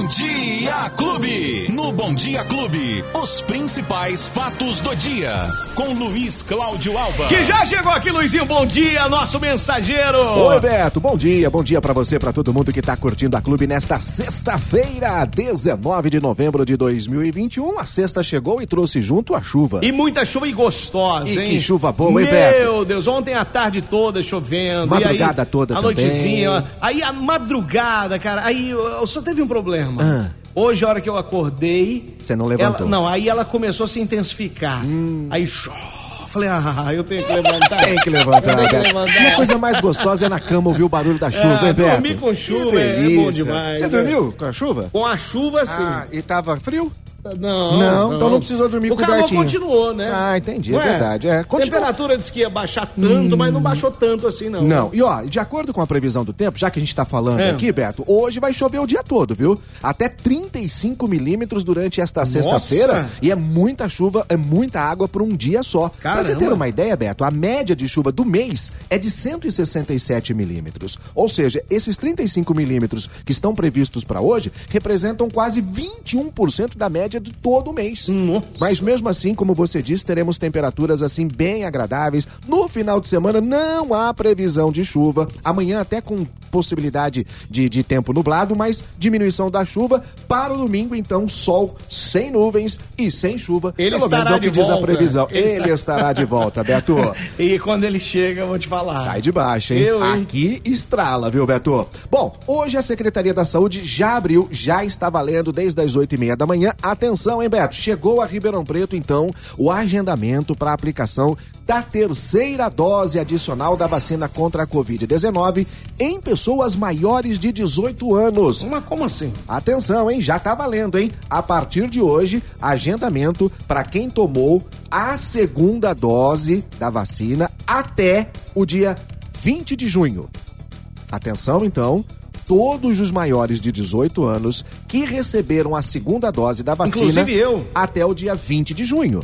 Dia Clube. No Bom Dia Clube, os principais fatos do dia. Com Luiz Cláudio Alba. Que já chegou aqui, Luizinho. Bom dia, nosso mensageiro. Oi, Beto. Bom dia pra você, pra todo mundo que tá curtindo a Clube nesta sexta-feira, 19 de novembro de 2021. A sexta chegou e trouxe junto a chuva. E muita chuva e gostosa, hein? Que chuva boa, hein, Beto? Meu Deus, ontem a tarde toda chovendo. Madrugada toda a também. Noitezinha. Aí a madrugada, cara, aí eu só teve um problema. Hoje, a hora que eu acordei... Você não levantou? Aí ela começou a se intensificar. Aí, falei, eu tenho que levantar. Tem que levantar, Beto. E a coisa mais gostosa é na cama ouvir o barulho da chuva, hein, Beto? Dormir com chuva é bom demais. Você dormiu com a chuva? Com a chuva, sim. E tava frio? Não, então não precisou dormir com o calor continuou, né? Entendi, é verdade. A temperatura disse que ia baixar tanto, mas não baixou tanto assim, não. Não, e de acordo com a previsão do tempo, já que a gente tá falando aqui, Beto, hoje vai chover o dia todo, viu? Até 35 milímetros durante esta sexta-feira. E é muita chuva, é muita água por um dia só. Caramba. Pra você ter uma ideia, Beto, a média de chuva do mês é de 167 milímetros. Ou seja, esses 35 milímetros que estão previstos para hoje representam quase 21% da média de todo o mês. Mas mesmo assim, como você disse, teremos temperaturas assim bem agradáveis. No final de semana não há previsão de chuva. Amanhã até com possibilidade de tempo nublado, mas diminuição da chuva. Para o domingo, então, sol sem nuvens e sem chuva. Ele Pelo menos é o que diz a previsão. Ele estará de volta, Beto. E quando ele chega, eu vou te falar. Sai de baixo, hein? Aqui estrala, viu, Beto? Bom, hoje a Secretaria da Saúde já abriu, já está valendo desde as 8h30 da manhã. Atenção, hein, Beto? Chegou a Ribeirão Preto, então, o agendamento para a aplicação da terceira dose adicional da vacina contra a Covid-19 em pessoas maiores de 18 anos. Mas como assim? Atenção, hein? Já tá valendo, hein? A partir de hoje, agendamento para quem tomou a segunda dose da vacina até o dia 20 de junho. Atenção, então, todos os maiores de 18 anos que receberam a segunda dose da vacina, inclusive eu, até o dia 20 de junho.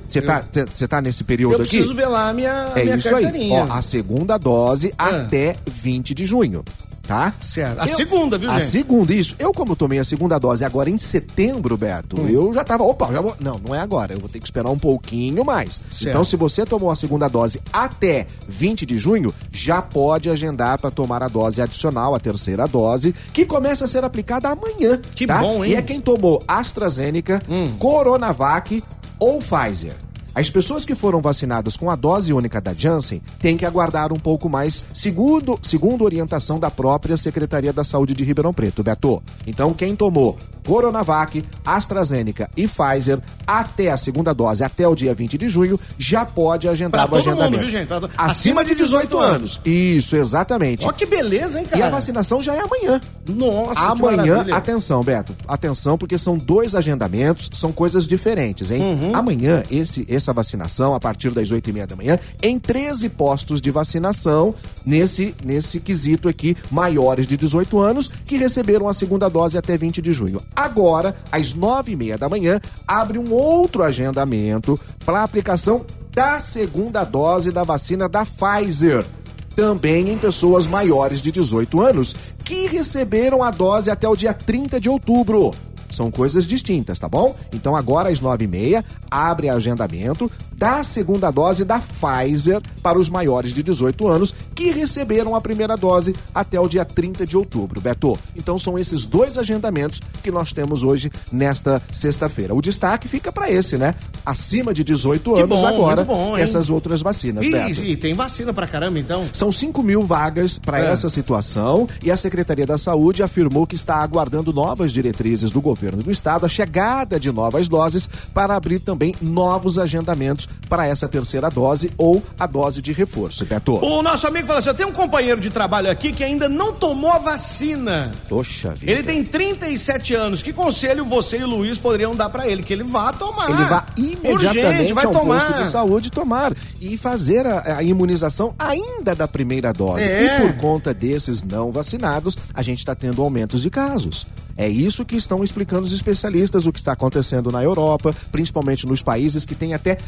Você tá nesse período aqui? Eu preciso ver lá a minha isso carteirinha. Aí. Ó, a segunda dose até 20 de junho. Tá? Certo. A segunda, viu, gente? A segunda, isso. Eu, como tomei a segunda dose agora em setembro, Beto, eu já tava... Opa, já vou... Não é agora. Eu vou ter que esperar um pouquinho mais. Certo. Então, se você tomou a segunda dose até 20 de junho, já pode agendar para tomar a dose adicional, a terceira dose, que começa a ser aplicada amanhã. Que bom, hein? E é quem tomou AstraZeneca, Coronavac ou Pfizer. As pessoas que foram vacinadas com a dose única da Janssen têm que aguardar um pouco mais, segundo orientação da própria Secretaria da Saúde de Ribeirão Preto, Beto. Então, quem tomou Coronavac, AstraZeneca e Pfizer até a segunda dose, até o dia 20 de junho, já pode agendar o agendamento. Mundo, viu, gente? Acima de 18 anos. Isso, exatamente. Ó, que beleza, hein, cara? E a vacinação já é amanhã. Nossa, amanhã, atenção, Beto. Atenção, porque são 2 agendamentos, são coisas diferentes, hein? Amanhã, essa vacinação, a partir das 8h30 da manhã, em 13 postos de vacinação, nesse quesito aqui, maiores de 18 anos, que receberam a segunda dose até 20 de junho. Agora, às 9h30 da manhã, abre um outro agendamento para a aplicação da segunda dose da vacina da Pfizer. Também em pessoas maiores de 18 anos que receberam a dose até o dia 30 de outubro. São coisas distintas, tá bom? Então agora às 9h30 abre agendamento da segunda dose da Pfizer para os maiores de 18 anos que receberam a primeira dose até o dia 30 de outubro, Beto. Então são esses 2 agendamentos que nós temos hoje nesta sexta-feira. O destaque fica para esse, né? Acima de 18 anos agora, essas outras vacinas, Beto. E tem vacina pra caramba, então? São 5.000 vagas para essa situação e a Secretaria da Saúde afirmou que está aguardando novas diretrizes do governo do estado, a chegada de novas doses para abrir também novos agendamentos para essa terceira dose ou a dose de reforço, Beto. O nosso amigo falou assim, eu tenho um companheiro de trabalho aqui que ainda não tomou a vacina. Poxa vida. Ele tem 37 anos. Que conselho você e o Luiz poderiam dar para ele? Que ele vá tomar. Ele vá imediatamente ao posto de saúde tomar e fazer a imunização ainda da primeira dose. E por conta desses não vacinados, a gente está tendo aumentos de casos. É isso que estão explicando os especialistas, o que está acontecendo na Europa, principalmente nos países que têm até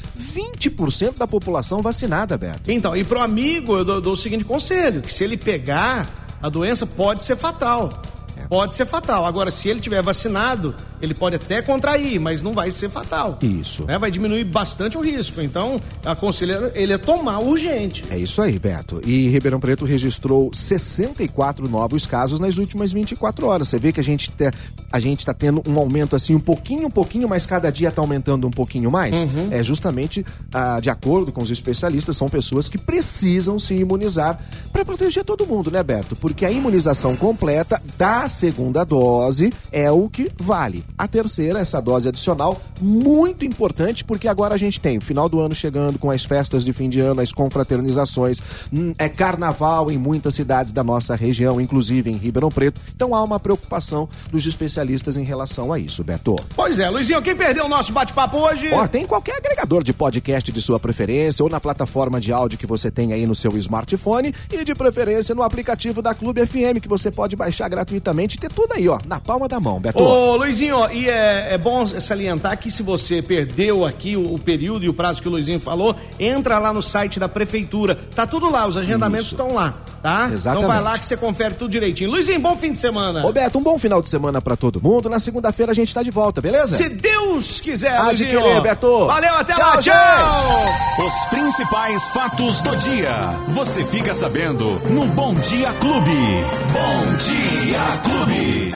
20% da população vacinada, Beto. Então, e pro amigo eu dou o seguinte conselho, que se ele pegar, a doença pode ser fatal. Pode ser fatal. Agora, se ele tiver vacinado, ele pode até contrair, mas não vai ser fatal. Isso. Vai diminuir bastante o risco. Então, aconselho ele a tomar urgente. É isso aí, Beto. E Ribeirão Preto registrou 64 novos casos nas últimas 24 horas. Você vê que a gente tá tendo um aumento assim um pouquinho, mas cada dia tá aumentando um pouquinho mais. É justamente, de acordo com os especialistas, são pessoas que precisam se imunizar para proteger todo mundo, né, Beto? Porque a imunização completa da segunda dose é o que vale. A terceira, essa dose adicional, muito importante, porque agora a gente tem o final do ano chegando com as festas de fim de ano, as confraternizações, é carnaval em muitas cidades da nossa região, inclusive em Ribeirão Preto. Então há uma preocupação dos especialistas em relação a isso, Beto. Pois é, Luizinho, quem perdeu o nosso bate-papo hoje? Tem qualquer agregador de podcast de sua preferência ou na plataforma de áudio que você tem aí no seu smartphone e de preferência no aplicativo da Clube FM, que você pode baixar gratuitamente e ter tudo aí, na palma da mão, Beto. Ô, Luizinho, e é bom salientar que se você perdeu aqui o período e o prazo que o Luizinho falou, entra lá no site da prefeitura, tá tudo lá, os agendamentos estão lá, tá? Exatamente. Então vai lá que você confere tudo direitinho. Luizinho, bom fim de semana. Ô, Beto, um bom final de semana pra todo mundo. Na segunda-feira a gente tá de volta, beleza? Se Deus quiser, Há de Luizinho. querer, Beto. Valeu, até Tchau, lá, tchau! gente. Os principais fatos do dia. Você fica sabendo no Bom Dia Clube. Bom Dia Clube.